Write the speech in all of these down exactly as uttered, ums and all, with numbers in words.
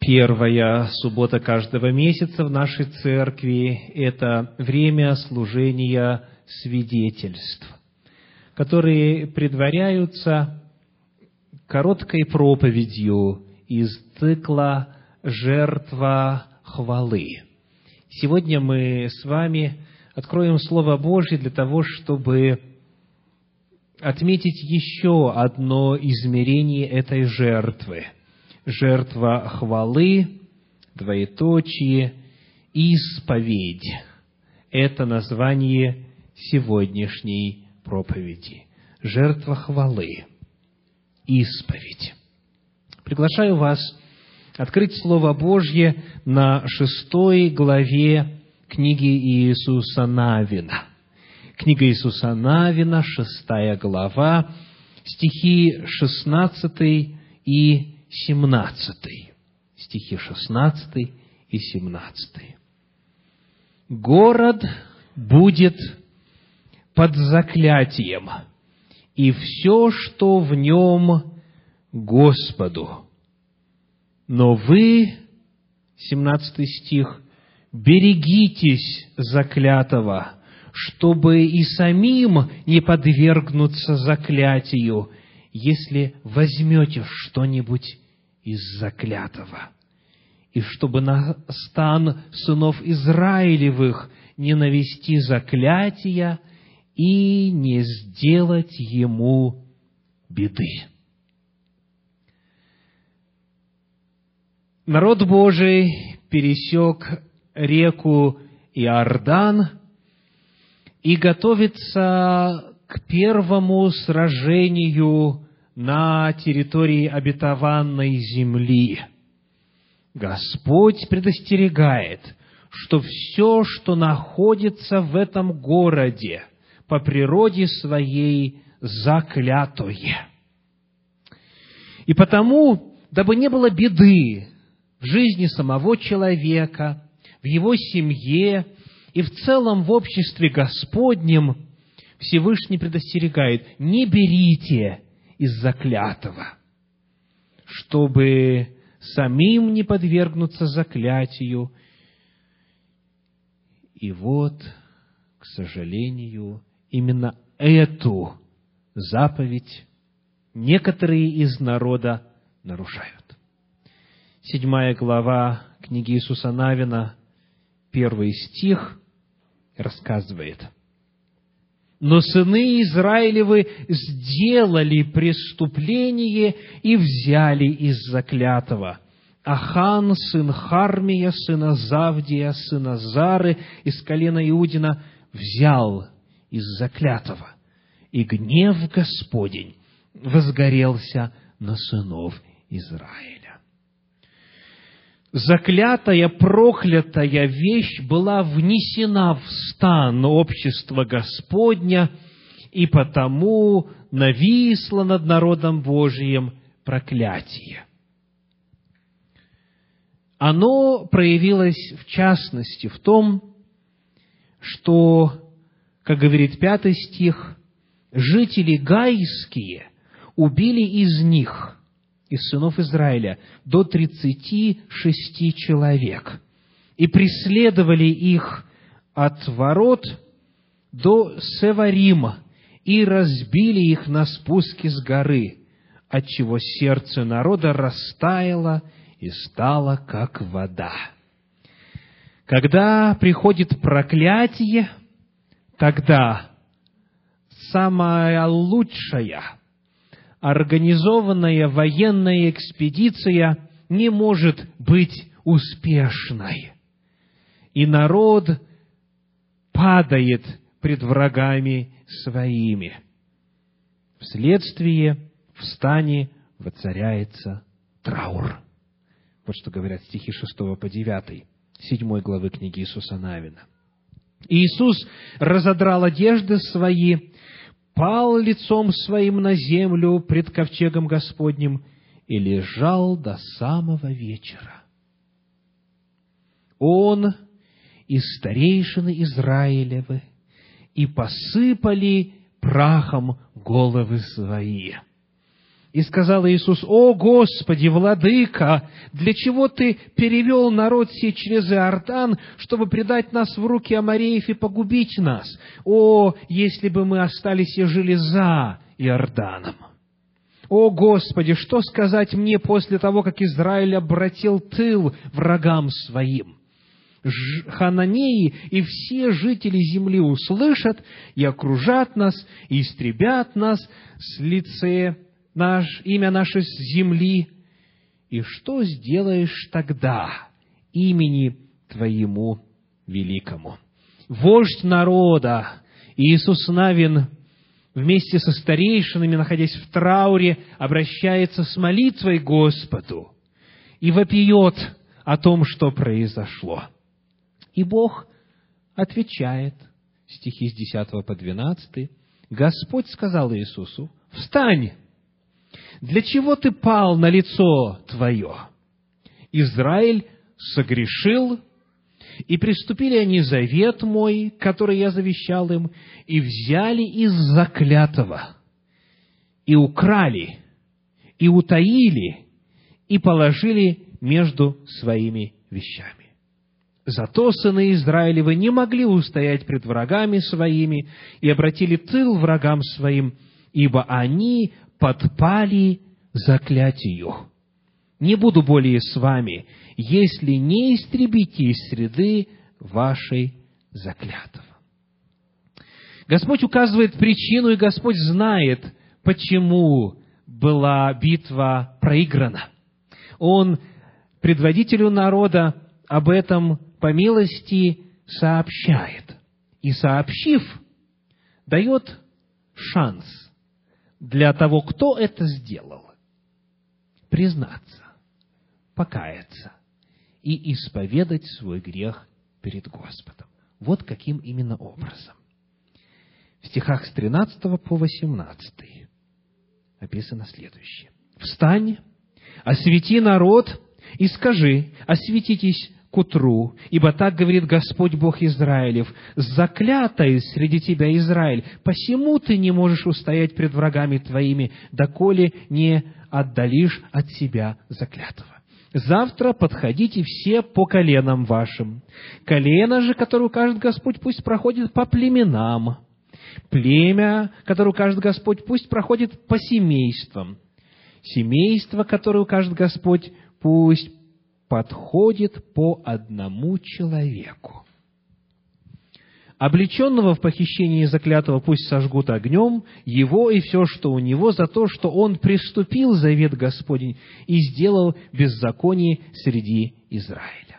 Первая суббота каждого месяца в нашей церкви – это время служения свидетельств, которые предваряются короткой проповедью из цикла «Жертва хвалы». Сегодня мы с вами откроем Слово Божье для того, чтобы отметить еще одно измерение этой жертвы. Жертва хвалы, двоеточие, исповедь. Это название сегодняшней проповеди. Жертва хвалы, исповедь. Приглашаю вас открыть Слово Божье на шестой главе книги Иисуса Навина. Книга Иисуса Навина, шестая глава, стихи шестнадцатый и семнадцатый. Стихи шестнадцатый и семнадцатый. «Город будет под заклятием, и все, что в нем, Господу. Но вы, семнадцатый стих, берегитесь заклятого, чтобы и самим не подвергнуться заклятию, если возьмете что-нибудь из заклятого, и чтобы на стан сынов Израилевых не навести заклятия и не сделать ему беды». Народ Божий пересек реку Иордан и готовится к первому сражению на территории обетованной земли. Господь предостерегает, что все, что находится в этом городе, по природе своей заклятое. И потому, дабы не было беды в жизни самого человека, в его семье и в целом в обществе Господнем, Всевышний предостерегает: не берите из заклятого, чтобы самим не подвергнуться заклятию. И вот, к сожалению, именно эту заповедь некоторые из народа нарушают. Седьмая глава книги Иисуса Навина, первый стих, рассказывает: «Но сыны Израилевы сделали преступление и взяли из заклятого. Ахан, сын Хармия, сына Завдия, сына Зары, из колена Иудина, взял из заклятого, и гнев Господень возгорелся на сынов Израиля». Заклятая, проклятая вещь была внесена в стан общества Господня, и потому нависло над народом Божиим проклятие. Оно проявилось, в частности, в том, что, как говорит пятый стих, жители гайские убили из них, из сынов Израиля, до тридцати шести человек, и преследовали их от ворот до Севарима, и разбили их на спуске с горы, отчего сердце народа растаяло и стало как вода. Когда приходит проклятие, тогда самая лучшая организованная военная экспедиция не может быть успешной, и народ падает пред врагами своими. Вследствие в стане воцаряется траур. Вот что говорят стихи шестого по девятый, седьмой главы книги Иисуса Навина. «Иисус разодрал одежды свои, пал лицом своим на землю пред ковчегом Господним и лежал до самого вечера. Он и старейшины Израилевы и посыпали прахом головы свои, И сказал Иисус: «О Господи, Владыка, для чего Ты перевел народ сей через Иордан, чтобы предать нас в руки амореев и погубить нас? О, если бы мы остались и жили за Иорданом! О Господи, что сказать мне после того, как Израиль обратил тыл врагам своим? Хананеи и все жители земли услышат и окружат нас, и истребят нас с лице наш, имя наше с земли. И что сделаешь тогда имени Твоему великому?» Вождь народа Иисус Навин вместе со старейшинами, находясь в трауре, обращается с молитвой к Господу и вопиет о том, что произошло. И Бог отвечает, стихи с десятого по двенадцатый, «Господь сказал Иисусу: встань! Для чего ты пал на лицо твое? Израиль согрешил, и приступили они завет мой, который я завещал им, и взяли из заклятого, и украли, и утаили, и положили между своими вещами. Зато сыны Израилевы не могли устоять пред врагами своими и обратили тыл врагам своим, ибо они подпали заклятию. Не буду более с вами, если не истребите из среды вашей заклятого». Господь указывает причину, и Господь знает, почему была битва проиграна. Он предводителю народа об этом по милости сообщает. И сообщив, дает шанс для того, кто это сделал, признаться, покаяться и исповедать свой грех перед Господом. Вот каким именно образом. В стихах с тринадцатого по восемнадцатый описано следующее. «Встань, освети народ, и скажи: осветитесь к утру, ибо так говорит Господь Бог Израилев: заклятый среди тебя Израиль, посему ты не можешь устоять пред врагами твоими, доколе не отдалишь от себя заклятого. Завтра подходите все по коленам вашим. Колено же, которое укажет Господь, пусть проходит по племенам. Племя, которое укажет Господь, пусть проходит по семействам. Семейство, которое укажет Господь, пусть подходит по одному человеку. Облеченного в похищении заклятого пусть сожгут огнем, его и все, что у него, за то, что он приступил завет Господень и сделал беззаконие среди Израиля».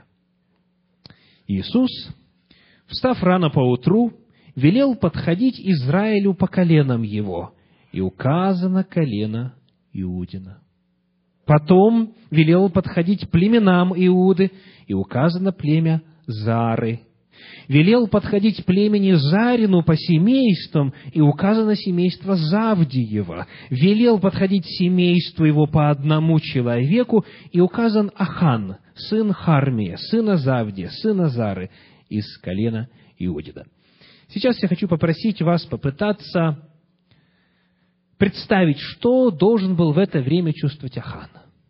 Иисус, встав рано поутру, велел подходить Израилю по коленам его, и указано колено Иудина. Потом велел подходить племенам Иуды, и указано племя Зары. Велел подходить племени Зарину по семействам, и указано семейство Завдиева. Велел подходить семейству его по одному человеку, и указан Ахан, сын Хармия, сына Завдия, сына Зары, из колена Иудина. Сейчас я хочу попросить вас попытаться представить, что должен был в это время чувствовать Ахан.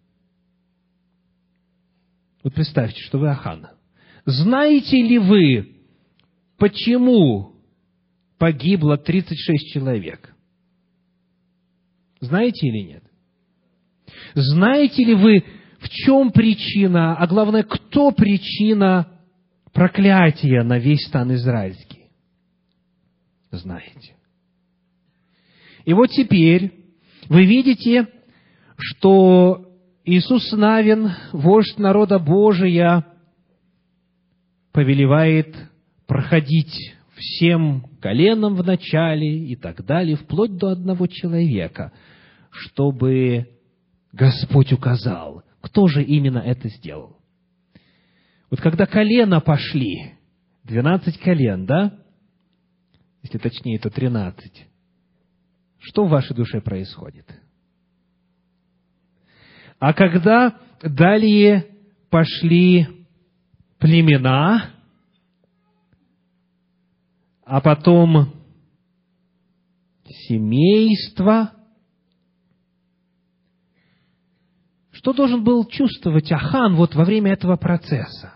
Вот представьте, что вы Ахан. Знаете ли вы, почему погибло тридцать шесть человек? Знаете или нет? Знаете ли вы, в чем причина, а главное, кто причина проклятия на весь стан израильский? Знаете. И вот теперь вы видите, что Иисус Навин, вождь народа Божия, повелевает проходить всем коленам в начале и так далее, вплоть до одного человека, чтобы Господь указал, кто же именно это сделал. Вот когда колена пошли, двенадцать колен, да? Если точнее, то тринадцать. Что в вашей душе происходит? А когда далее пошли племена, а потом семейства, Что должен был чувствовать Ахан вот во время этого процесса?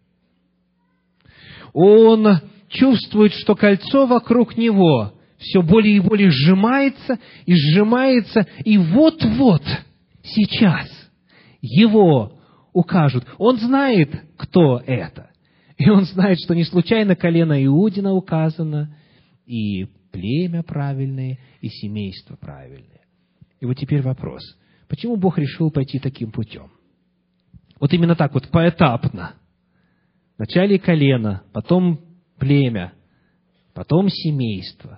Он чувствует, что кольцо вокруг него все более и более сжимается и сжимается, и вот-вот, сейчас, его укажут. Он знает, кто это. И он знает, что не случайно колено Иудина указано, и племя правильное, и семейство правильное. И вот теперь вопрос. Почему Бог решил пойти таким путем? Вот именно так вот, поэтапно. Вначале колено, потом племя, потом семейство.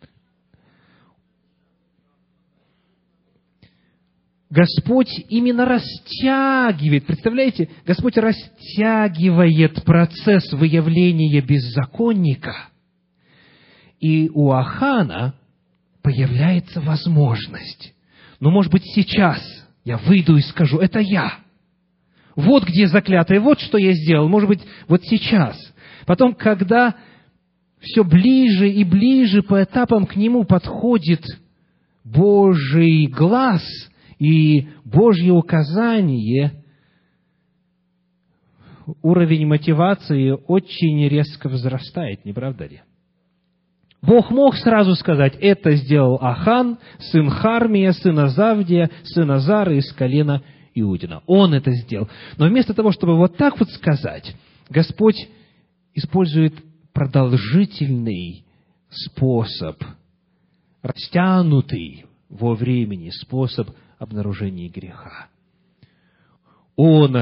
Господь именно растягивает, представляете, Господь растягивает процесс выявления беззаконника. И у Ахана появляется возможность. Ну, может быть, сейчас я выйду и скажу, это я. Вот где заклятое, вот что я сделал. Может быть, вот сейчас. Потом, когда все ближе и ближе по этапам к нему подходит Божий глаз и Божье указание, уровень мотивации очень резко возрастает, не правда ли? Бог мог сразу сказать, это сделал Ахан, сын Хармия, сын Азавдия, сын Азара из колена Иудина. Он это сделал. Но вместо того, чтобы вот так вот сказать, Господь использует продолжительный способ, растянутый во времени способ обнаружения греха. Он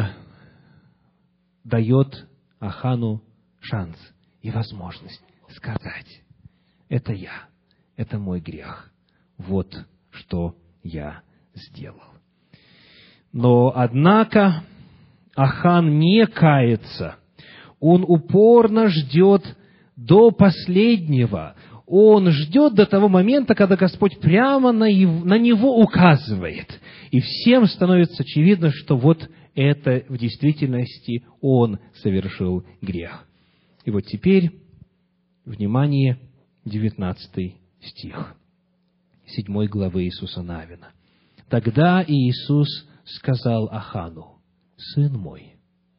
дает Ахану шанс и возможность сказать, это я, это мой грех, вот что я сделал. Но, однако, Ахан не кается, он упорно ждет до последнего, он ждет до того момента, когда Господь прямо на него указывает, и всем становится очевидно, что вот это в действительности он совершил грех. И вот теперь, внимание, девятнадцатый стих седьмой главы Иисуса Навина. «Тогда Иисус сказал Ахану, сын мой,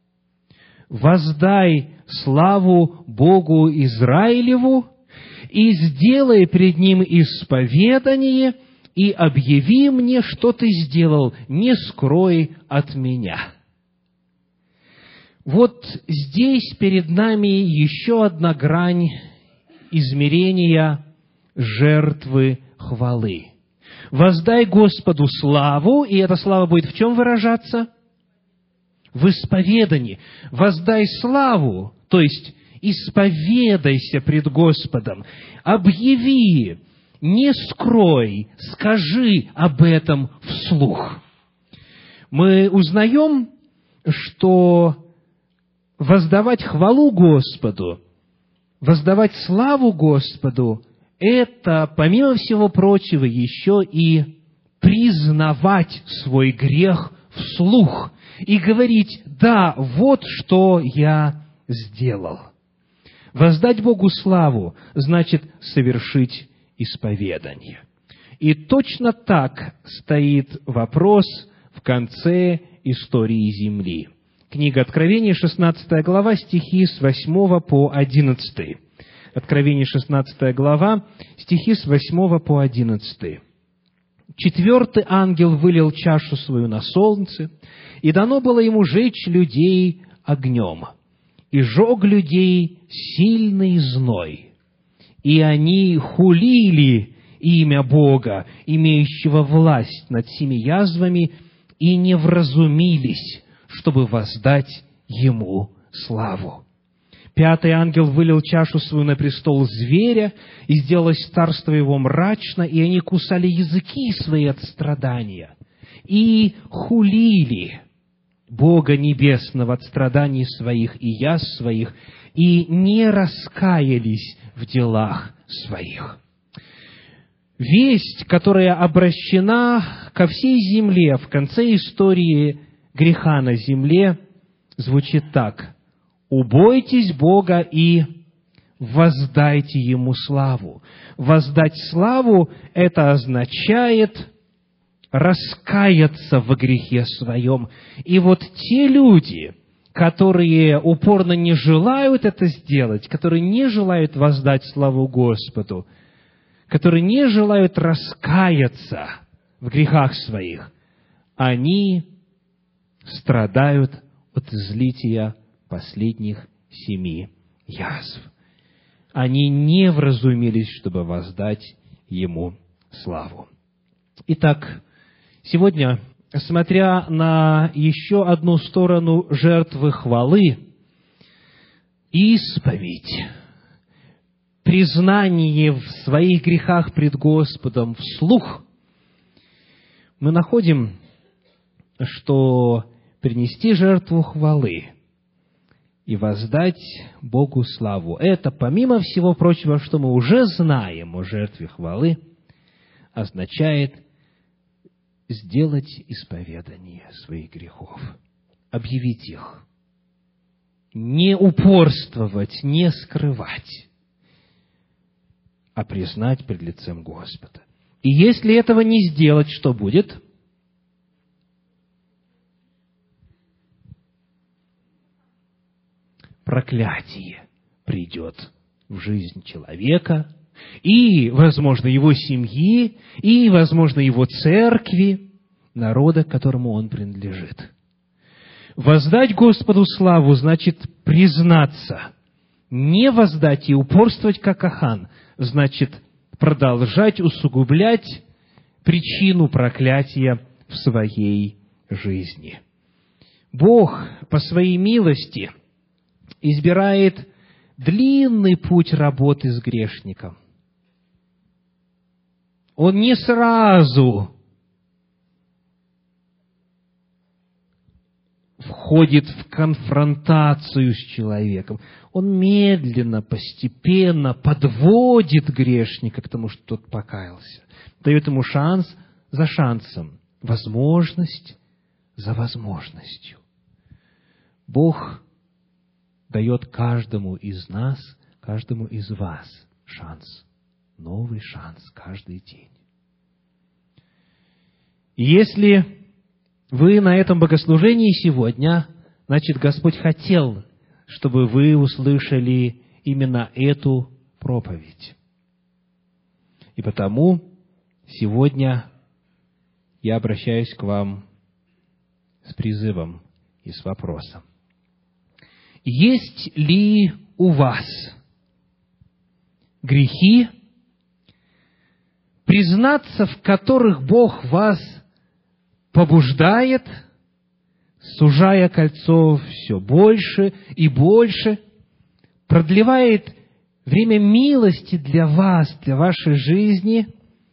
воздай славу Богу Израилеву и сделай пред Ним исповедание и объяви мне, что ты сделал, не скрой от меня». Вот здесь перед нами еще одна грань измерения жертвы хвалы. «Воздай Господу славу», и эта слава будет в чем выражаться? В исповедании. «Воздай славу», то есть исповедайся пред Господом, объяви, не скрой, скажи об этом вслух. Мы узнаем, что воздавать хвалу Господу, воздавать славу Господу, это, помимо всего прочего, еще и признавать свой грех вслух и говорить, да, вот что я сделал. Воздать Богу славу значит совершить исповедание. И точно так стоит вопрос в конце истории земли. Книга Откровения, шестнадцатая глава, стихи с восьмого по одиннадцатый. Откровение, шестнадцатая глава, стихи с восьмого по одиннадцатый. «Четвертый ангел вылил чашу свою на солнце, и дано было ему жечь людей огнем. И жег людей сильный зной. И они хулили имя Бога, имеющего власть над семи язвами, и не вразумились, чтобы воздать Ему славу. Пятый ангел вылил чашу свою на престол зверя, и сделалось царство его мрачно, и они кусали языки свои от страдания, и хулили Бога Небесного от страданий своих и язв своих, и не раскаялись в делах своих». Весть, которая обращена ко всей земле в конце истории греха на земле, звучит так: «Убойтесь Бога и воздайте Ему славу». Воздать славу — это означает раскаяться в грехе своем. И вот те люди, которые упорно не желают это сделать, которые не желают воздать славу Господу, которые не желают раскаяться в грехах своих, они страдают от излития последних семи язв. Они не вразумились, чтобы воздать Ему славу. Итак, сегодня, смотря на еще одну сторону жертвы хвалы, исповедь, признание в своих грехах пред Господом вслух, мы находим, что принести жертву хвалы и воздать Богу славу — это, помимо всего прочего, что мы уже знаем о жертве хвалы, означает сделать исповедание своих грехов, объявить их, не упорствовать, не скрывать, а признать пред лицем Господа. И если этого не сделать, что будет? Проклятие придет в жизнь человека, и, возможно, его семьи, и, возможно, его церкви, народа, к которому он принадлежит. Воздать Господу славу значит признаться. Не воздать и упорствовать, как Ахан, значит продолжать усугублять причину проклятия в своей жизни. Бог по своей милости избирает длинный путь работы с грешником. Он не сразу входит в конфронтацию с человеком. Он медленно, постепенно подводит грешника к тому, что тот покаялся. Дает ему шанс за шансом, возможность за возможностью. Бог дает каждому из нас, каждому из вас шанс, новый шанс каждый день. И если вы на этом богослужении сегодня, значит, Господь хотел, чтобы вы услышали именно эту проповедь. И потому сегодня я обращаюсь к вам с призывом и с вопросом. Есть ли у вас грехи, признаться в которых Бог вас побуждает, сужая кольцо все больше и больше, продлевает время милости для вас, для вашей жизни?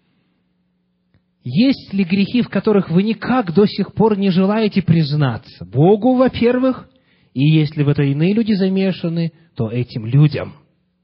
Есть ли грехи, в которых вы никак до сих пор не желаете признаться? Богу, во-первых, и если в это иные люди замешаны, то этим людям.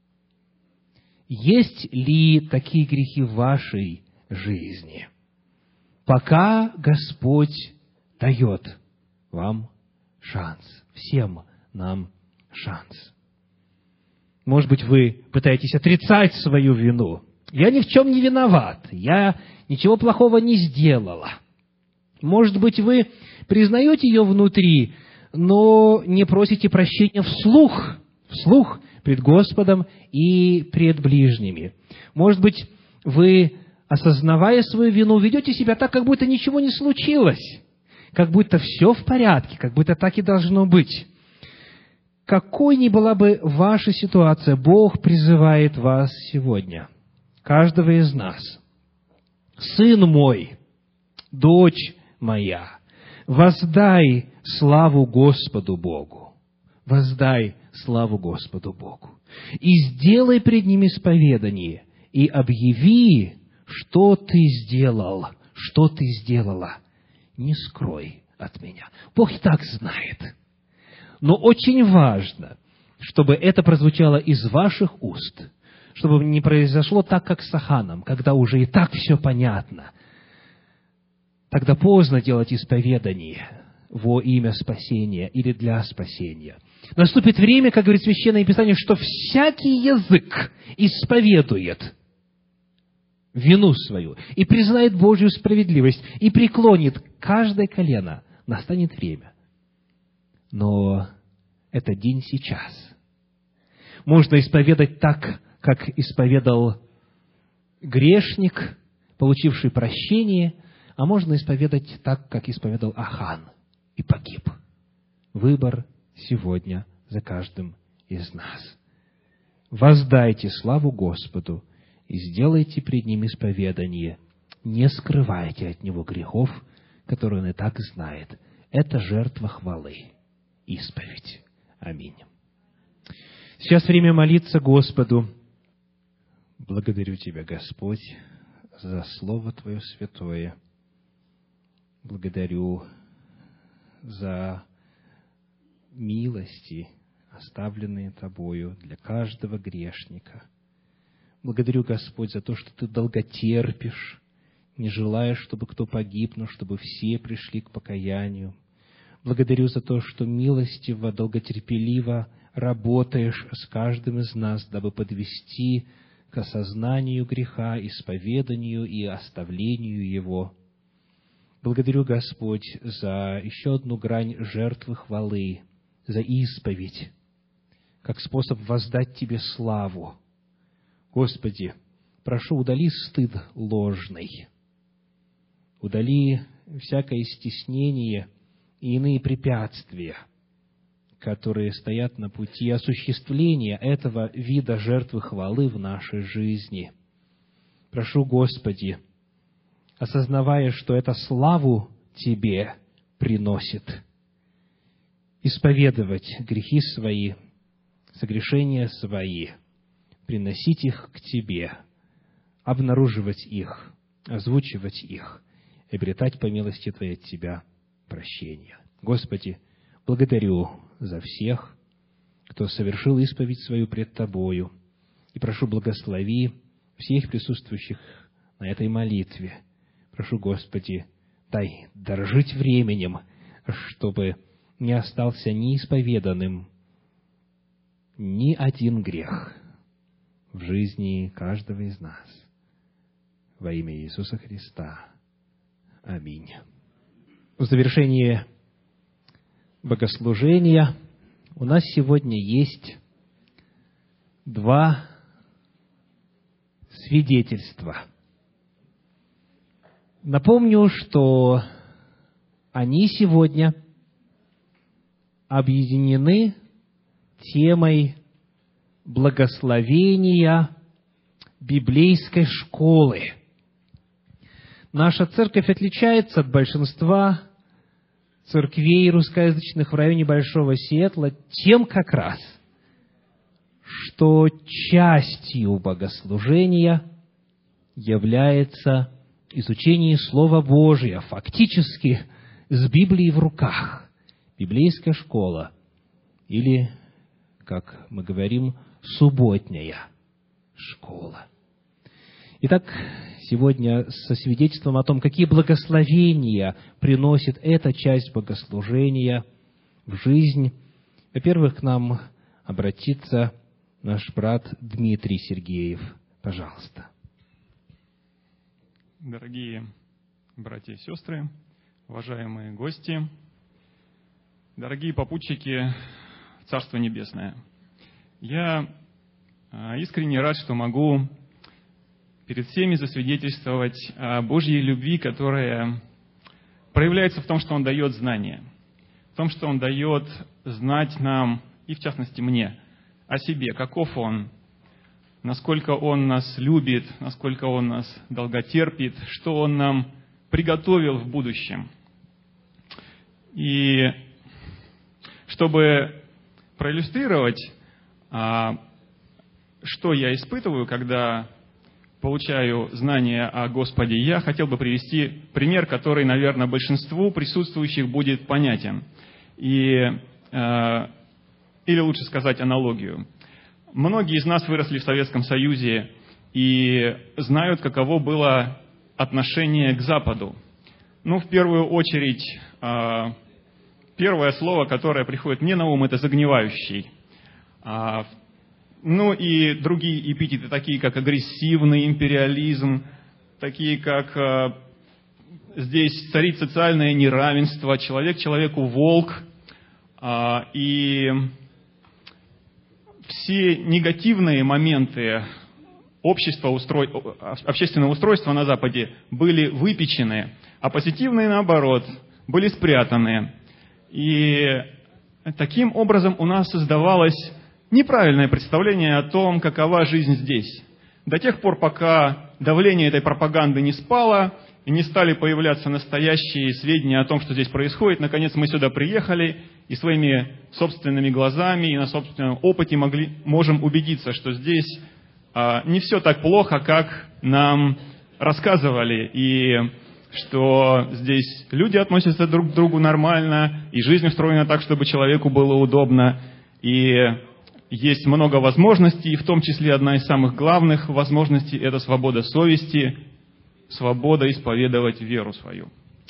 Есть ли такие грехи в вашей жизни? Пока Господь дает вам шанс, всем нам шанс. Может быть, вы пытаетесь отрицать свою вину. Я ни в чем не виноват, я ничего плохого не сделала. Может быть, вы признаете ее внутри, но не просите прощения вслух, вслух пред Господом и пред ближними. Может быть, вы, осознавая свою вину, ведете себя так, как будто ничего не случилось, как будто все в порядке, как будто так и должно быть. Какой ни была бы ваша ситуация, Бог призывает вас сегодня, каждого из нас. Сын мой, дочь моя, воздай славу Господу Богу. Воздай славу Господу Богу. И сделай пред Ним исповедание, и объяви, что ты сделал, что ты сделала. Не скрой от меня. Бог и так знает. Но очень важно, чтобы это прозвучало из ваших уст, чтобы не произошло так, как с Аханом, когда уже и так все понятно. Тогда поздно делать исповедание во имя спасения или для спасения. Наступит время, как говорит Священное Писание, что всякий язык исповедует вину свою, и признает Божью справедливость, и преклонит каждое колено, настанет время. Но это день сейчас. Можно исповедать так, как исповедал грешник, получивший прощение, а можно исповедать так, как исповедал Ахан, и погиб. Выбор сегодня за каждым из нас. Воздайте славу Господу и сделайте пред Ним исповедание. Не скрывайте от Него грехов, которые Он и так знает. Это жертва хвалы, исповедь. Аминь. Сейчас время молиться Господу. Благодарю Тебя, Господь, за Слово Твое святое. Благодарю за милости, оставленные Тобою для каждого грешника. Благодарю, Господь, за то, что Ты долготерпишь, не желаешь, чтобы кто погиб, но чтобы все пришли к покаянию. Благодарю за то, что милостиво, долготерпеливо работаешь с каждым из нас, дабы подвести к осознанию греха, исповеданию и оставлению его. Благодарю, Господь, за еще одну грань жертвы хвалы, за исповедь, как способ воздать Тебе славу. Господи, прошу, удали стыд ложный, удали всякое стеснение и иные препятствия, которые стоят на пути осуществления этого вида жертвы хвалы в нашей жизни. Прошу, Господи, осознавая, что это славу Тебе приносит, исповедовать грехи свои, согрешения свои, приносить их к Тебе, обнаруживать их, озвучивать их, и обретать по милости Твоей от Тебя прощение. Господи, благодарю за всех, кто совершил исповедь свою пред Тобою, и прошу, благослови всех присутствующих на этой молитве. Прошу, Господи, дай дорожить временем, чтобы не остался неисповеданным ни один грех в жизни каждого из нас. Во имя Иисуса Христа. Аминь. В завершение богослужения у нас сегодня есть два свидетельства. Напомню, что они сегодня объединены темой благословения библейской школы. Наша церковь отличается от большинства церквей русскоязычных в районе Большого Сиэтла тем как раз, что частью богослужения является изучение Слова Божия, фактически с Библией в руках. Библейская школа, или, как мы говорим, субботняя школа. Итак, сегодня со свидетельством о том, какие благословения приносит эта часть богослужения в жизнь, во-первых, к нам обратится наш брат Дмитрий Сергеев. Пожалуйста. Дорогие братья и сестры, уважаемые гости, дорогие попутчики в Царство Небесное, я искренне рад, что могу перед всеми засвидетельствовать о Божьей любви, которая проявляется в том, что Он дает знания, в том, что Он дает знать нам, и в частности мне, о себе, каков Он, насколько Он нас любит, насколько Он нас долготерпит, что Он нам приготовил в будущем. И чтобы проиллюстрировать, что я испытываю, когда получаю знания о Господе, я хотел бы привести пример, который, наверное, большинству присутствующих будет понятен. И, э, или лучше сказать, аналогию. Многие из нас выросли в Советском Союзе и знают, каково было отношение к Западу. Ну, в первую очередь, э, первое слово, которое приходит мне на ум, это «загнивающий». А, ну и другие эпитеты, такие как агрессивный, империализм, такие как э, здесь царит социальное неравенство, человек человеку волк, э, и все негативные моменты общества, устрой... общественного устройства на Западе были выпечены, а позитивные, наоборот, были спрятаны. И таким образом у нас создавалось неправильное представление о том, какова жизнь здесь. До тех пор, пока давление этой пропаганды не спало, и не стали появляться настоящие сведения о том, что здесь происходит, наконец мы сюда приехали и своими собственными глазами и на собственном опыте могли, можем убедиться, что здесь а, не все так плохо, как нам рассказывали, и что здесь люди относятся друг к другу нормально, и жизнь устроена так, чтобы человеку было удобно, и есть много возможностей, и в том числе одна из самых главных возможностей – это свобода совести, свобода исповедовать веру свою.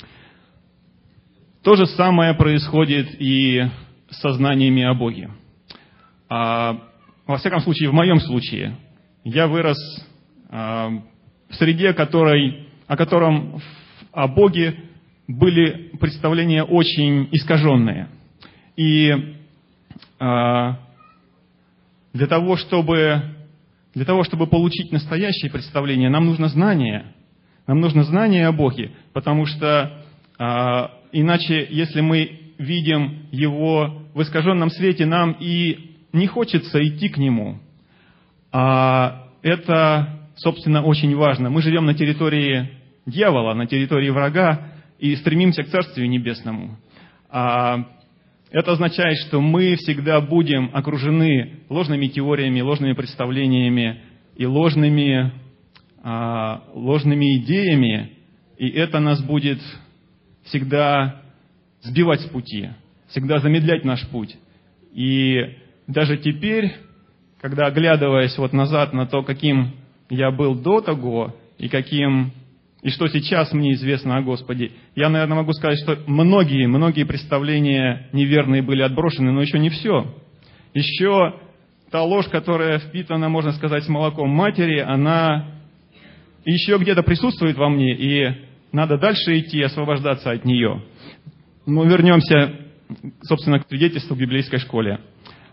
То же самое происходит и с сознаниями о Боге. А, во всяком случае, в моем случае, я вырос а, в среде, которой, о котором о Боге были представления очень искаженные. И а, для того, чтобы, для того, чтобы получить настоящее представление, нам нужно знание. Нам нужно знание о Боге, потому что а, иначе, если мы видим Его в искаженном свете, нам и не хочется идти к Нему. А это, собственно, очень важно. Мы живем на территории дьявола, на территории врага и стремимся к Царствию Небесному. А это означает, что мы всегда будем окружены ложными теориями, ложными представлениями и ложными ложными идеями, и это нас будет всегда сбивать с пути, всегда замедлять наш путь. И даже теперь, когда оглядываясь вот назад на то, каким я был до того, и каким, и что сейчас мне известно о Господе, я, наверное, могу сказать, что многие, многие представления неверные были отброшены, но еще не все. Еще та ложь, которая впитана, можно сказать, с молоком матери, она еще где-то присутствует во мне, и надо дальше идти и освобождаться от нее. Но вернемся, собственно, к свидетельству в библейской школе.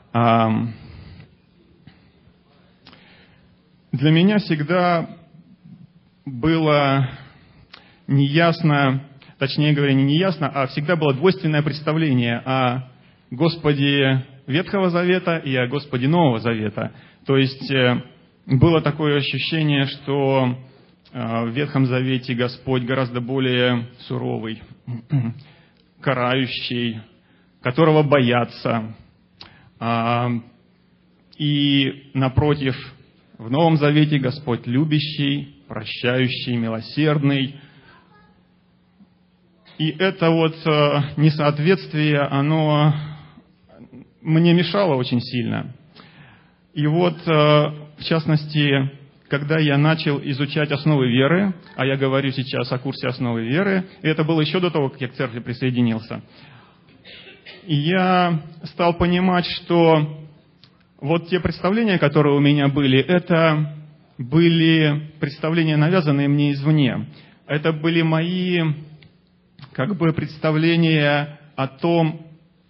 Для меня всегда было неясно, точнее говоря, не неясно, а всегда было двойственное представление о Господе Ветхого Завета и о Господе Нового Завета. То есть было такое ощущение, что в Ветхом Завете Господь гораздо более суровый, карающий, которого боятся. И, напротив, в Новом Завете Господь любящий, прощающий, милосердный. И это вот несоответствие, оно мне мешало очень сильно. И вот, в частности, когда я начал изучать основы веры, а я говорю сейчас о курсе основы веры, и это было еще до того, как я к церкви присоединился, и я стал понимать, что вот те представления, которые у меня были, это были представления, навязанные мне извне. Это были мои, как бы, представления о том,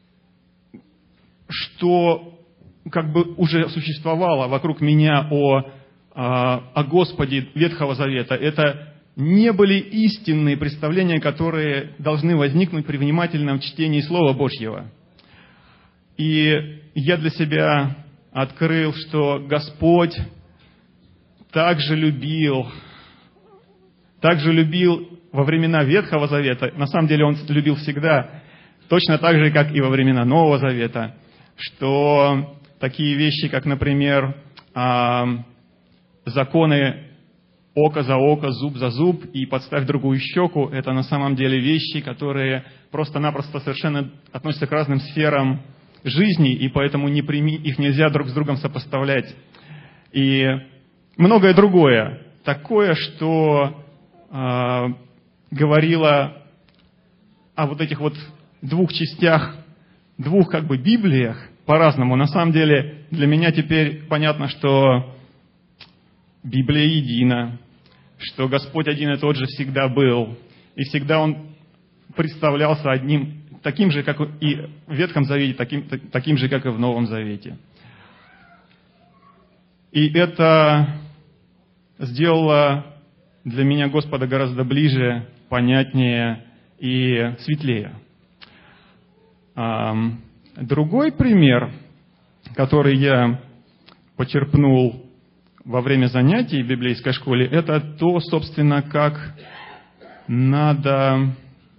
что как бы уже существовало вокруг меня о о Господе Ветхого Завета. Это не были истинные представления, которые должны возникнуть при внимательном чтении Слова Божьего. И я для себя открыл, что Господь также любил, также любил во времена Ветхого Завета, на самом деле Он любил всегда, точно так же, как и во времена Нового Завета, что такие вещи, как, например, законы око за око, зуб за зуб и подставь другую щеку, это на самом деле вещи, которые просто-напросто совершенно относятся к разным сферам жизни, и поэтому не прими, их нельзя друг с другом сопоставлять. И многое другое, такое, что э, говорило о вот этих вот двух частях, двух как бы Библиях по-разному. На самом деле для меня теперь понятно, что Библия едина, что Господь один и тот же всегда был, и всегда Он представлялся одним, таким же, как и в Ветхом Завете, таким, таким же, как и в Новом Завете. И это сделало для меня Господа гораздо ближе, понятнее и светлее. Другой пример, который я почерпнул во время занятий в библейской школе, это то, собственно, как надо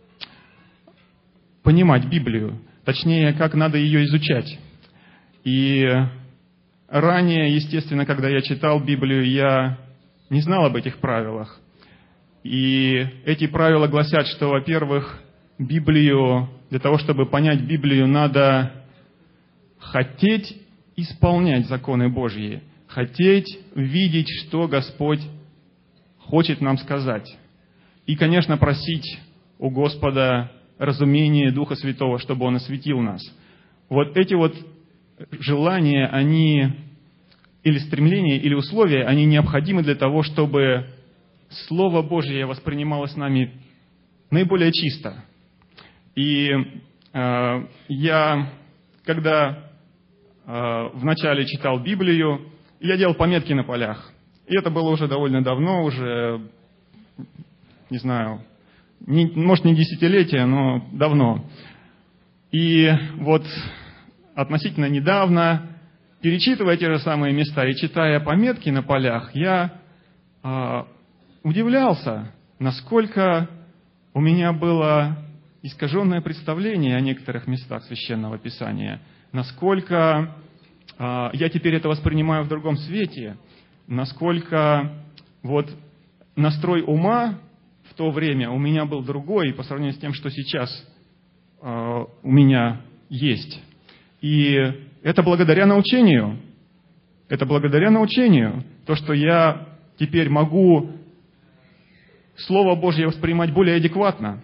понимать Библию, точнее, как надо ее изучать. И ранее, естественно, когда я читал Библию, я не знал об этих правилах. И эти правила гласят, что, во-первых, Библию, для того, чтобы понять Библию, надо хотеть исполнять законы Божьи, хотеть видеть, что Господь хочет нам сказать. И, конечно, просить у Господа разумение Духа Святого, чтобы Он осветил нас. Вот эти вот желания, они, или стремления, или условия, они необходимы для того, чтобы Слово Божье воспринималось нами наиболее чисто. И э, я, когда э, вначале читал Библию, я делал пометки на полях. И это было уже довольно давно, уже, не знаю, не, может, не десятилетие, но давно. И вот относительно недавно, перечитывая те же самые места и читая пометки на полях, я э, удивлялся, насколько у меня было искаженное представление о некоторых местах Священного Писания, насколько э, я теперь это воспринимаю в другом свете, насколько вот настрой ума в то время у меня был другой по сравнению с тем, что сейчас э, у меня есть. И это благодаря научению. Это благодаря научению. То, что я теперь могу Слово Божье воспринимать более адекватно.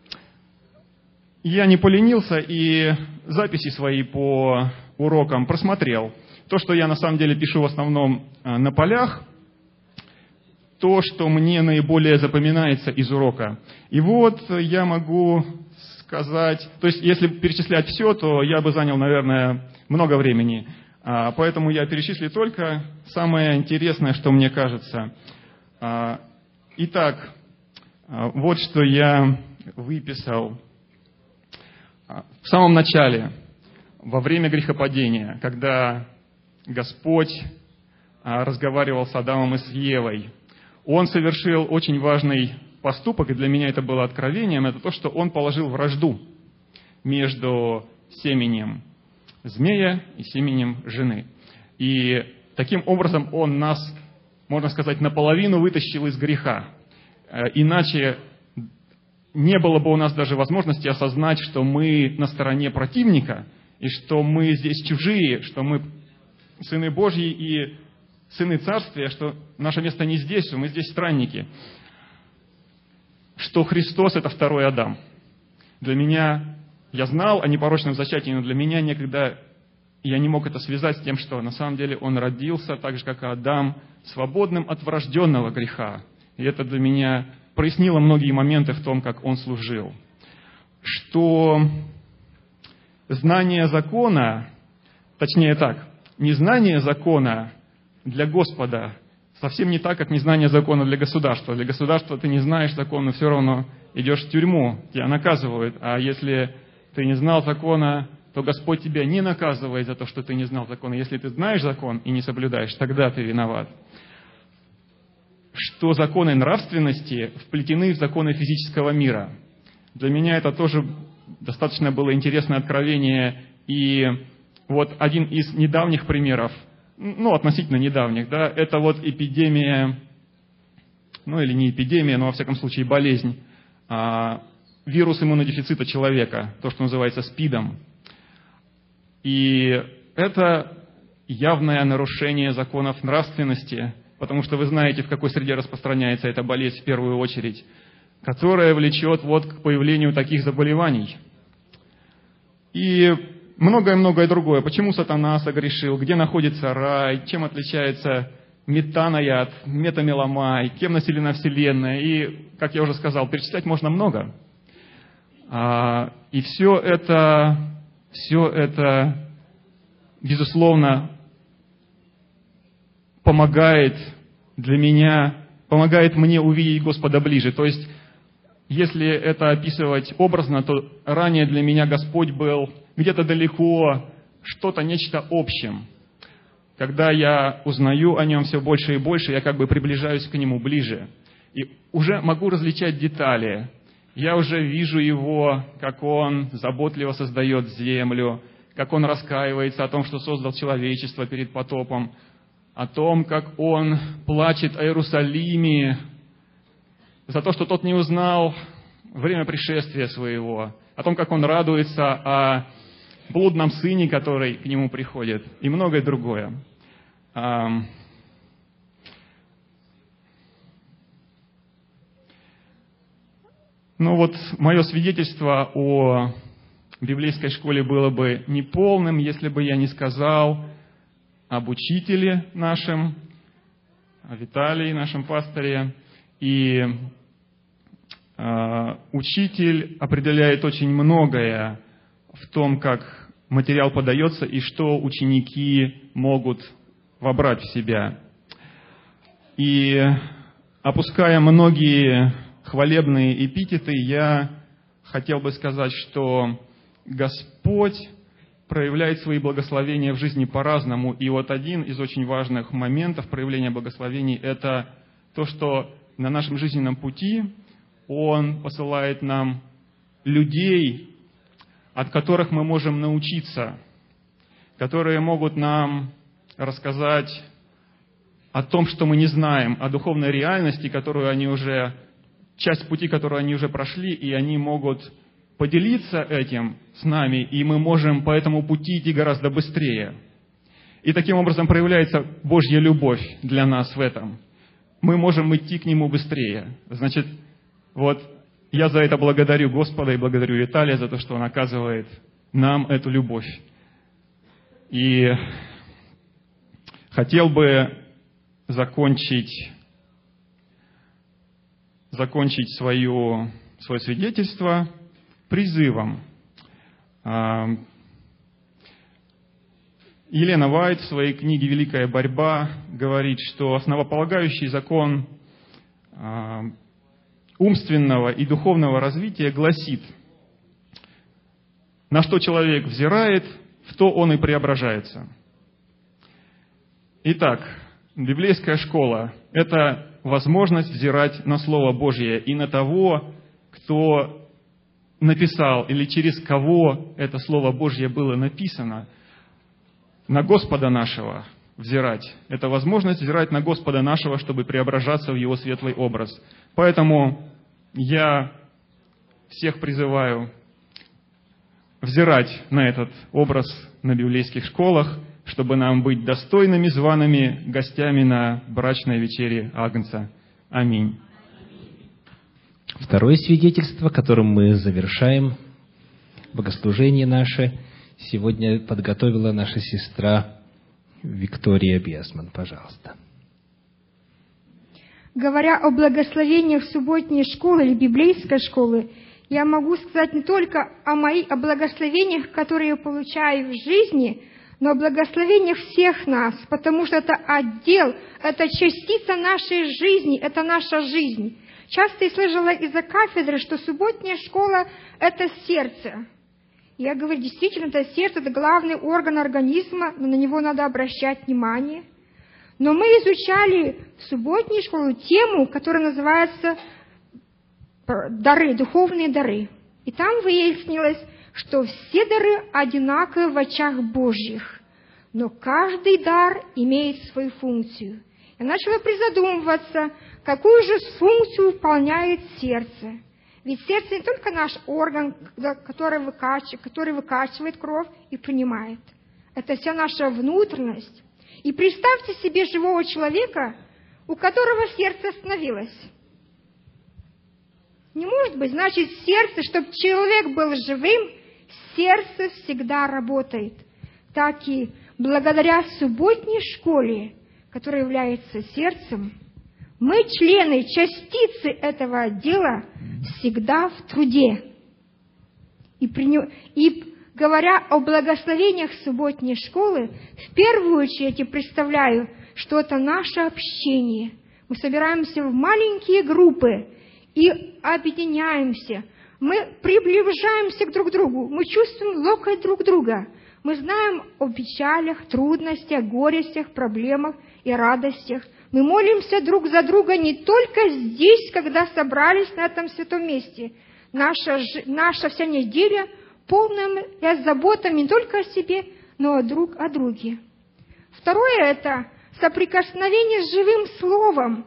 Я не поленился и записи свои по урокам просмотрел. То, что я на самом деле пишу в основном на полях, то, что мне наиболее запоминается из урока. И вот я могу сказать, то есть если перечислять все, то я бы занял, наверное, много времени. Поэтому я перечислю только самое интересное, что мне кажется. Итак, вот что я выписал. В самом начале, во время грехопадения, когда Господь разговаривал с Адамом и с Евой, Он совершил очень важный поступок, и для меня это было откровением, это то, что Он положил вражду между семенем змея и семенем жены. И таким образом Он нас, можно сказать, наполовину вытащил из греха. Иначе не было бы у нас даже возможности осознать, что мы на стороне противника, и что мы здесь чужие, что мы сыны Божьи и сыны Царствия, что наше место не здесь, что мы здесь странники. Что Христос – это второй Адам. Для меня, я знал о непорочном зачатии, но для меня никогда я не мог это связать с тем, что на самом деле Он родился, так же, как и Адам, свободным от врожденного греха. И это для меня прояснило многие моменты в том, как Он служил. Что знание закона, точнее так, незнание закона для Господа совсем не так, как незнание закона для государства. Для государства ты не знаешь закона, но все равно идешь в тюрьму, тебя наказывают. А если ты не знал закона, то Господь тебя не наказывает за то, что ты не знал закона. Если ты знаешь закон и не соблюдаешь, тогда ты виноват. Что законы нравственности вплетены в законы физического мира. Для меня это тоже достаточно было интересное откровение. И вот один из недавних примеров, ну, относительно недавних, да, это вот эпидемия, ну, или не эпидемия, но, во всяком случае, болезнь, а, вирус иммунодефицита человека, то, что называется СПИДом. И это явное нарушение законов нравственности, потому что вы знаете, в какой среде распространяется эта болезнь в первую очередь, которая влечет вот к появлению таких заболеваний. И многое-многое другое. Почему сатана согрешил, где находится рай, чем отличается метанояд, метамеломай, кем населена Вселенная. И, как я уже сказал, перечислять можно много. И все это, все это, безусловно, помогает для меня, помогает мне увидеть Господа ближе. То есть, если это описывать образно, то ранее для меня Господь был где-то далеко, что-то, нечто общим. Когда я узнаю о Нем все больше и больше, я как бы приближаюсь к Нему ближе. И уже могу различать детали. Я уже вижу Его, как Он заботливо создает землю, как Он раскаивается о том, что создал человечество перед потопом, о том, как Он плачет о Иерусалиме за то, что тот не узнал время пришествия своего, о том, как Он радуется о блудном сыне, который к Нему приходит, и многое другое. Ну вот, мое свидетельство о библейской школе было бы неполным, если бы я не сказал об учителе нашем, о Виталии, нашем пасторе. И э, учитель определяет очень многое в том, как материал подается и что ученики могут вобрать в себя. И опуская многие хвалебные эпитеты, я хотел бы сказать, что Господь проявляет свои благословения в жизни по-разному. И вот один из очень важных моментов проявления благословений – это то, что на нашем жизненном пути Он посылает нам людей, от которых мы можем научиться, которые могут нам рассказать о том, что мы не знаем, о духовной реальности, которую они уже, часть пути, которую они уже прошли, и они могут поделиться этим с нами, и мы можем по этому пути идти гораздо быстрее. И таким образом проявляется Божья любовь для нас в этом. Мы можем идти к Нему быстрее. Значит, вот я за это благодарю Господа и благодарю Виталия за то, что он оказывает нам эту любовь. И хотел бы закончить, закончить свое, свое свидетельство призывом. Елена Вайт в своей книге «Великая борьба» говорит, что основополагающий закон умственного и духовного развития гласит: на что человек взирает, в то он и преображается. Итак, библейская школа – это возможность взирать на Слово Божье и на того, кто написал или через кого это Слово Божье было написано, на Господа нашего взирать. Это возможность взирать на Господа нашего, чтобы преображаться в Его светлый образ. Поэтому я всех призываю взирать на этот образ на библейских школах, чтобы нам быть достойными, зваными гостями на брачной вечере Агнца. Аминь. Второе свидетельство, которым мы завершаем богослужение наше, сегодня подготовила наша сестра Виктория Бесман. Пожалуйста. Говоря о благословениях субботней школы или библейской школы, я могу сказать не только о моих о благословениях, которые я получаю в жизни, но о благословениях всех нас, потому что это отдел, это частица нашей жизни, это наша жизнь. Часто я слышала из-за кафедры, что субботняя школа – это сердце. Я говорю, действительно, это сердце, это главный орган организма, но на него надо обращать внимание. Но мы изучали в субботней школе тему, которая называется «Дары», духовные дары. И там выяснилось, что все дары одинаковы в очах Божьих, но каждый дар имеет свою функцию. Я начала призадумываться, какую же функцию выполняет сердце. Ведь сердце не только наш орган, который выкачивает, который выкачивает кровь и принимает. Это вся наша внутренность. И представьте себе живого человека, у которого сердце остановилось. Не может быть, значит, сердце, чтобы человек был живым, сердце всегда работает. Так и благодаря субботней школе который является сердцем, мы, члены, частицы этого отдела, всегда в труде. И, при, и говоря о благословениях субботней школы, в первую очередь я представляю, что это наше общение. Мы собираемся в маленькие группы и объединяемся. Мы приближаемся к друг другу. Мы чувствуем локоть друг друга. Мы знаем о печалях, трудностях, горестях, проблемах и радостях. Мы молимся друг за друга не только здесь, когда собрались на этом святом месте. Наша, наша вся неделя полная заботами не только о себе, но и друг о друге. Второе – это соприкосновение с живым Словом.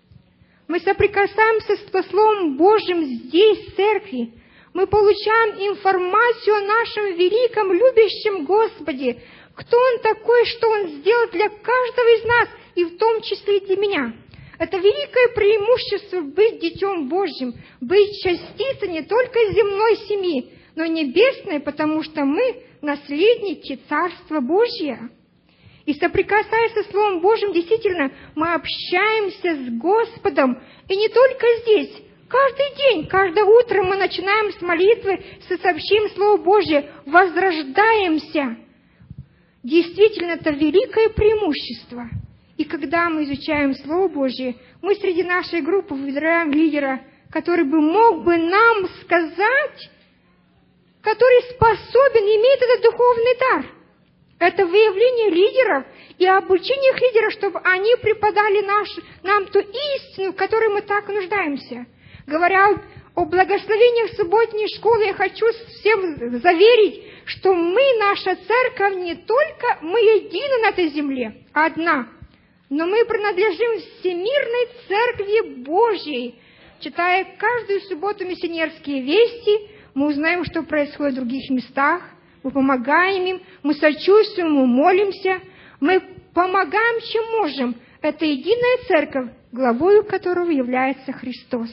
Мы соприкасаемся с Словом Божьим здесь, в церкви. Мы получаем информацию о нашем великом, любящем Господе. Кто Он такой, что Он сделал для каждого из нас, и в том числе и для меня. Это великое преимущество быть Детем Божьим, быть частицей не только земной семьи, но и небесной, потому что мы наследники Царства Божьего. И соприкасаясь со Словом Божьим, действительно, мы общаемся с Господом. И не только здесь. Каждый день, каждое утро мы начинаем с молитвы, с сообщением Слова Божьего, возрождаемся. Действительно, это великое преимущество. И когда мы изучаем Слово Божье, мы среди нашей группы выбираем лидера, который бы мог бы нам сказать, который способен, имеет этот духовный дар. Это выявление лидеров и обучение их лидеров, чтобы они преподали наш, нам ту истину, в которой мы так нуждаемся. Говоря о благословениях субботней школы, я хочу всем заверить, что мы, наша церковь, не только мы едины на этой земле, одна, но мы принадлежим Всемирной Церкви Божьей. Читая каждую субботу миссионерские вести, мы узнаем, что происходит в других местах, мы помогаем им, мы сочувствуем, мы молимся, мы помогаем, чем можем. Это единая церковь, главою которого является Христос.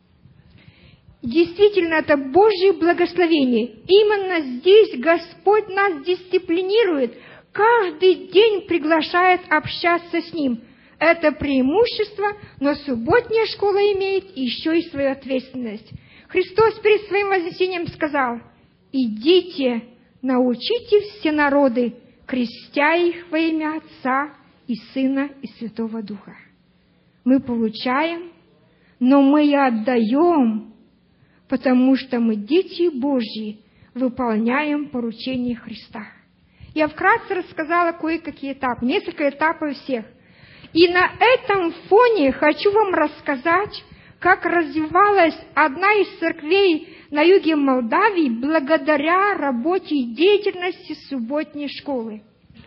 Действительно, это Божье благословение. Именно здесь Господь нас дисциплинирует, каждый день приглашает общаться с Ним. Это преимущество, но субботняя школа имеет еще и свою ответственность. Христос перед Своим вознесением сказал: «Идите, научите все народы, крестя их во имя Отца и Сына и Святого Духа». Мы получаем, но мы и отдаем, потому что мы дети Божьи, выполняем поручение Христа. Я вкратце рассказала кое-какие этапы, несколько этапов всех. И на этом фоне хочу вам рассказать, как развивалась одна из церквей на юге Молдавии благодаря работе и деятельности субботней школы.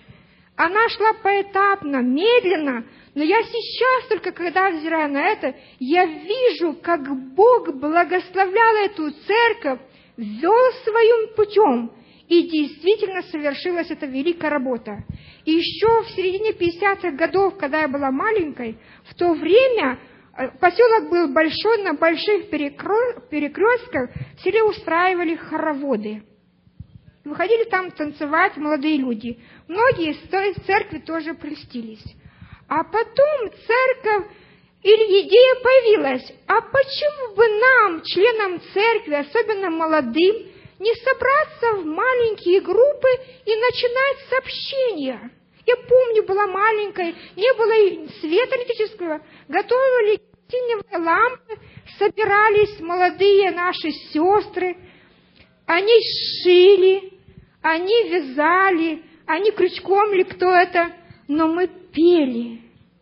Она шла поэтапно, медленно, но я сейчас, только когда взираю на это, я вижу, как Бог благословлял эту церковь, вел своим путем, и действительно совершилась эта великая работа. И еще в середине пятидесятых годов, когда я была маленькой, в то время поселок был большой, на больших перекрестках в селе устраивали хороводы. Выходили там танцевать молодые люди. Многие из той церкви тоже прельстились. А потом церковь или идея появилась: а почему бы нам, членам церкви, особенно молодым, не собраться в маленькие группы и начинать с общения? Я помню, была маленькая, не было света электрического, готовили синие лампы, собирались молодые наши сестры, они шили, они вязали, они крючком или кто это, но мы пели,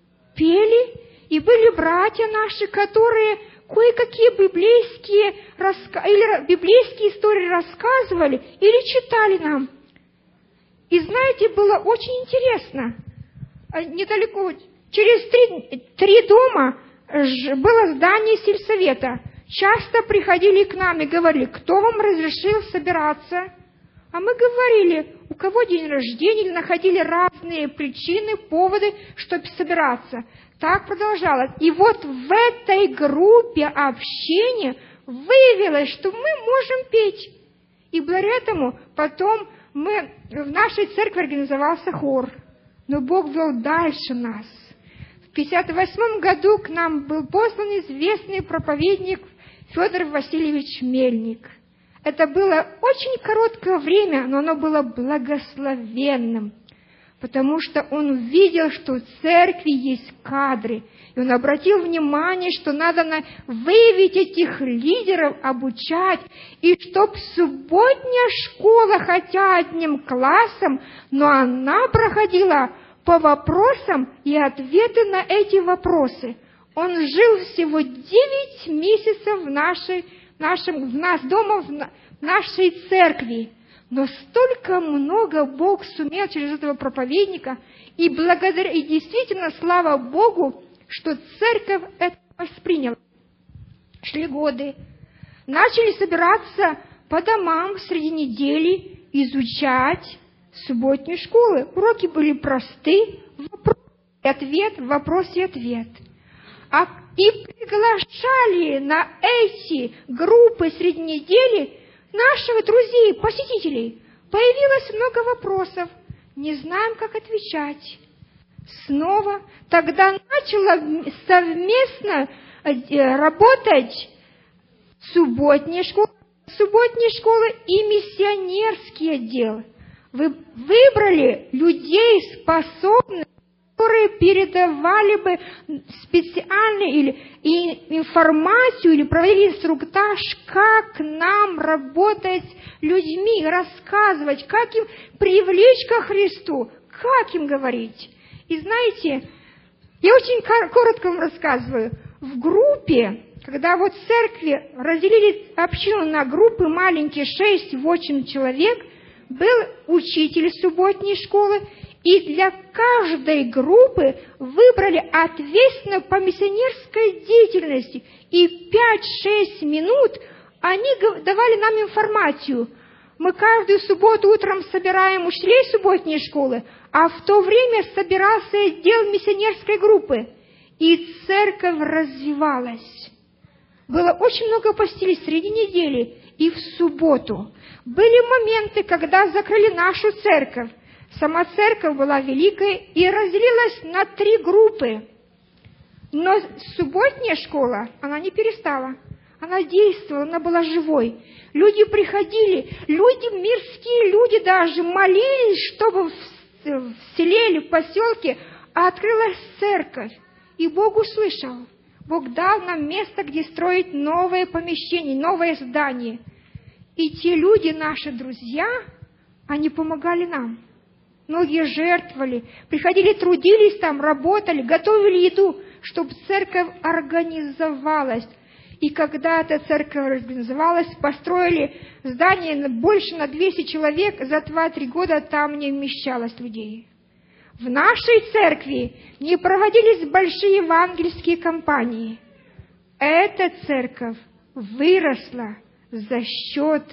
пели, и были братья наши, которые кое-какие библейские, раска... или библейские истории рассказывали или читали нам. И знаете, было очень интересно. Недалеко, через три, три дома было здание сельсовета. Часто приходили к нам и говорили: кто вам разрешил собираться? А мы говорили, у кого день рождения, или находили разные причины, поводы, чтобы собираться. Так продолжалось. И вот в этой группе общения выявилось, что мы можем петь. И благодаря этому потом мы, в нашей церкви организовался хор. Но Бог вел дальше нас. в пятьдесят восьмом году к нам был послан известный проповедник Федор Васильевич Мельник. Это было очень короткое время, но оно было благословенным, потому что он увидел, что в церкви есть кадры, и он обратил внимание, что надо на... выявить этих лидеров, обучать, и чтоб субботняя школа, хотя одним классом, но она проходила по вопросам и ответы на эти вопросы. Он жил всего девять месяцев в нашей, нашем, в нас дома, в нашей церкви. Но столько много Бог сумел через этого проповедника, и благодаря, и действительно, слава Богу, что церковь это восприняла. Шли годы, начали собираться по домам среди недели, изучать субботние школы. Уроки были просты, вопрос и ответ, вопрос и ответ. А, и приглашали на эти группы среди недели наших друзей, посетителей. Появилось много вопросов. Не знаем, как отвечать. Снова тогда начала совместно работать субботняя школа, субботняя школа и миссионерский отдел. Вы выбрали людей способных, которые передавали бы специальную или, и информацию, или проводили инструктаж, как нам работать с людьми, рассказывать, как им привлечь ко Христу, как им говорить. И знаете, я очень коротко вам рассказываю. В группе, когда вот в церкви разделили общину на группы маленькие, шесть-восемь человек, был учитель субботней школы, и для каждой группы выбрали ответственного по миссионерской деятельности. И пять-шесть минут они давали нам информацию. Мы каждую субботу утром собираем учителей субботней школы, а в то время собирался отдел миссионерской группы. И церковь развивалась. Было очень много постелей среди недели и в субботу. Были моменты, когда закрыли нашу церковь. Сама церковь была великая и разделилась на три группы. Но субботняя школа, она не перестала. Она действовала, она была живой. Люди приходили, люди, мирские люди даже молились, чтобы в селе или в поселке открылась церковь. И Бог услышал. Бог дал нам место, где строить новое помещение, новое здание. И те люди, наши друзья, они помогали нам. Многие жертвовали, приходили, трудились там, работали, готовили еду, чтобы церковь организовалась. И когда эта церковь организовалась, построили здание больше на двести человек, за два-три года там не вмещалось людей. В нашей церкви не проводились большие евангельские кампании. Эта церковь выросла за счет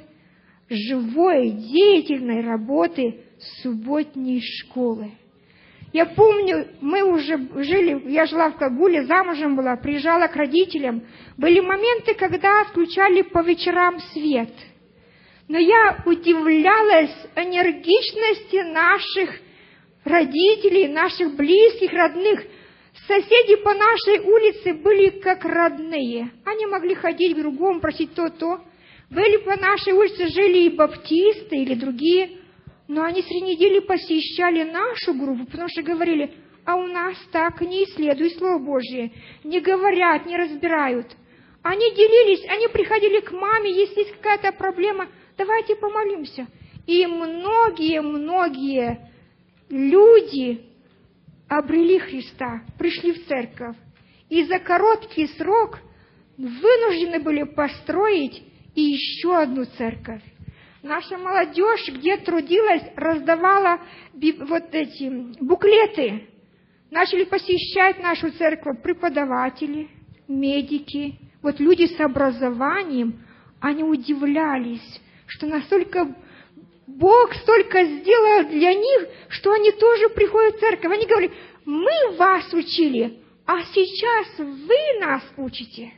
живой, деятельной работы субботней школы. Я помню, мы уже жили, я жила в Кагуле, замужем была, приезжала к родителям. Были моменты, когда включали по вечерам свет. Но я удивлялась энергичности наших родителей, наших близких, родных. Соседи по нашей улице были как родные. Они могли ходить к другому, просить то-то. Были по нашей улице, жили и баптисты, или другие. Но они среди недели посещали нашу группу, потому что говорили, а у нас так не исследуют Слово Божие, не говорят, не разбирают. Они делились, они приходили к маме, если есть какая-то проблема, давайте помолимся. И многие-многие люди обрели Христа, пришли в церковь. И за короткий срок вынуждены были построить и еще одну церковь. Наша молодежь, где трудилась, раздавала вот эти буклеты. Начали посещать нашу церковь преподаватели, медики, вот люди с образованием. Они удивлялись, что настолько Бог столько сделал для них, что они тоже приходят в церковь. Они говорили, мы вас учили, а сейчас вы нас учите.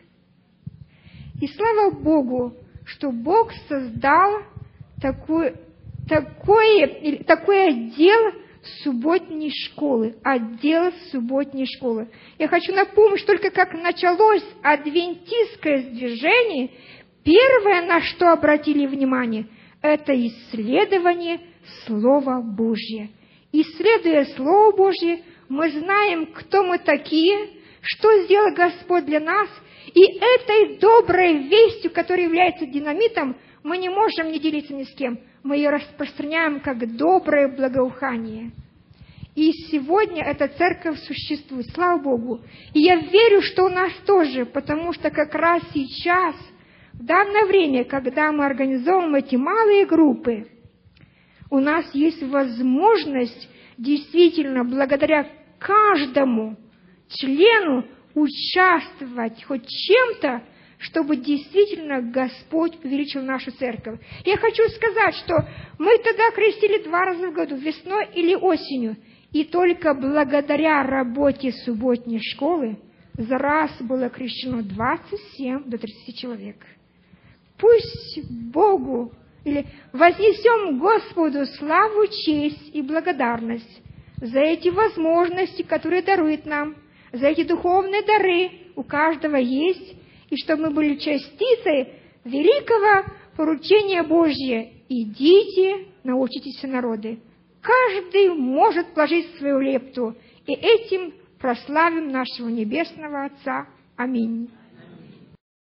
И слава Богу, что Бог создал такое, такое, такое дело, субботней школы, отдела субботней школы. Я хочу напомнить, что только как началось адвентистское движение, первое, на что обратили внимание, это исследование Слова Божьего. Исследуя Слово Божье, мы знаем, кто мы такие, что сделал Господь для нас, и этой доброй вестью, которая является динамитом, мы не можем не делиться ни с кем. Мы ее распространяем как доброе благоухание. И сегодня эта церковь существует, слава Богу. И я верю, что у нас тоже, потому что как раз сейчас, в данное время, когда мы организовываем эти малые группы, у нас есть возможность действительно, благодаря каждому члену, участвовать хоть чем-то, чтобы действительно Господь увеличил нашу церковь. Я хочу сказать, что мы тогда крестили два раза в году, весной или осенью, и только благодаря работе субботней школы за раз было крещено двадцать семь до тридцати человек. Пусть Богу, или вознесем Господу славу, честь и благодарность за эти возможности, которые дарует нам, за эти духовные дары у каждого есть, и чтобы мы были частицей великого поручения Божьего. Идите, научитесь все народы. Каждый может положить свою лепту, и этим прославим нашего Небесного Отца. Аминь.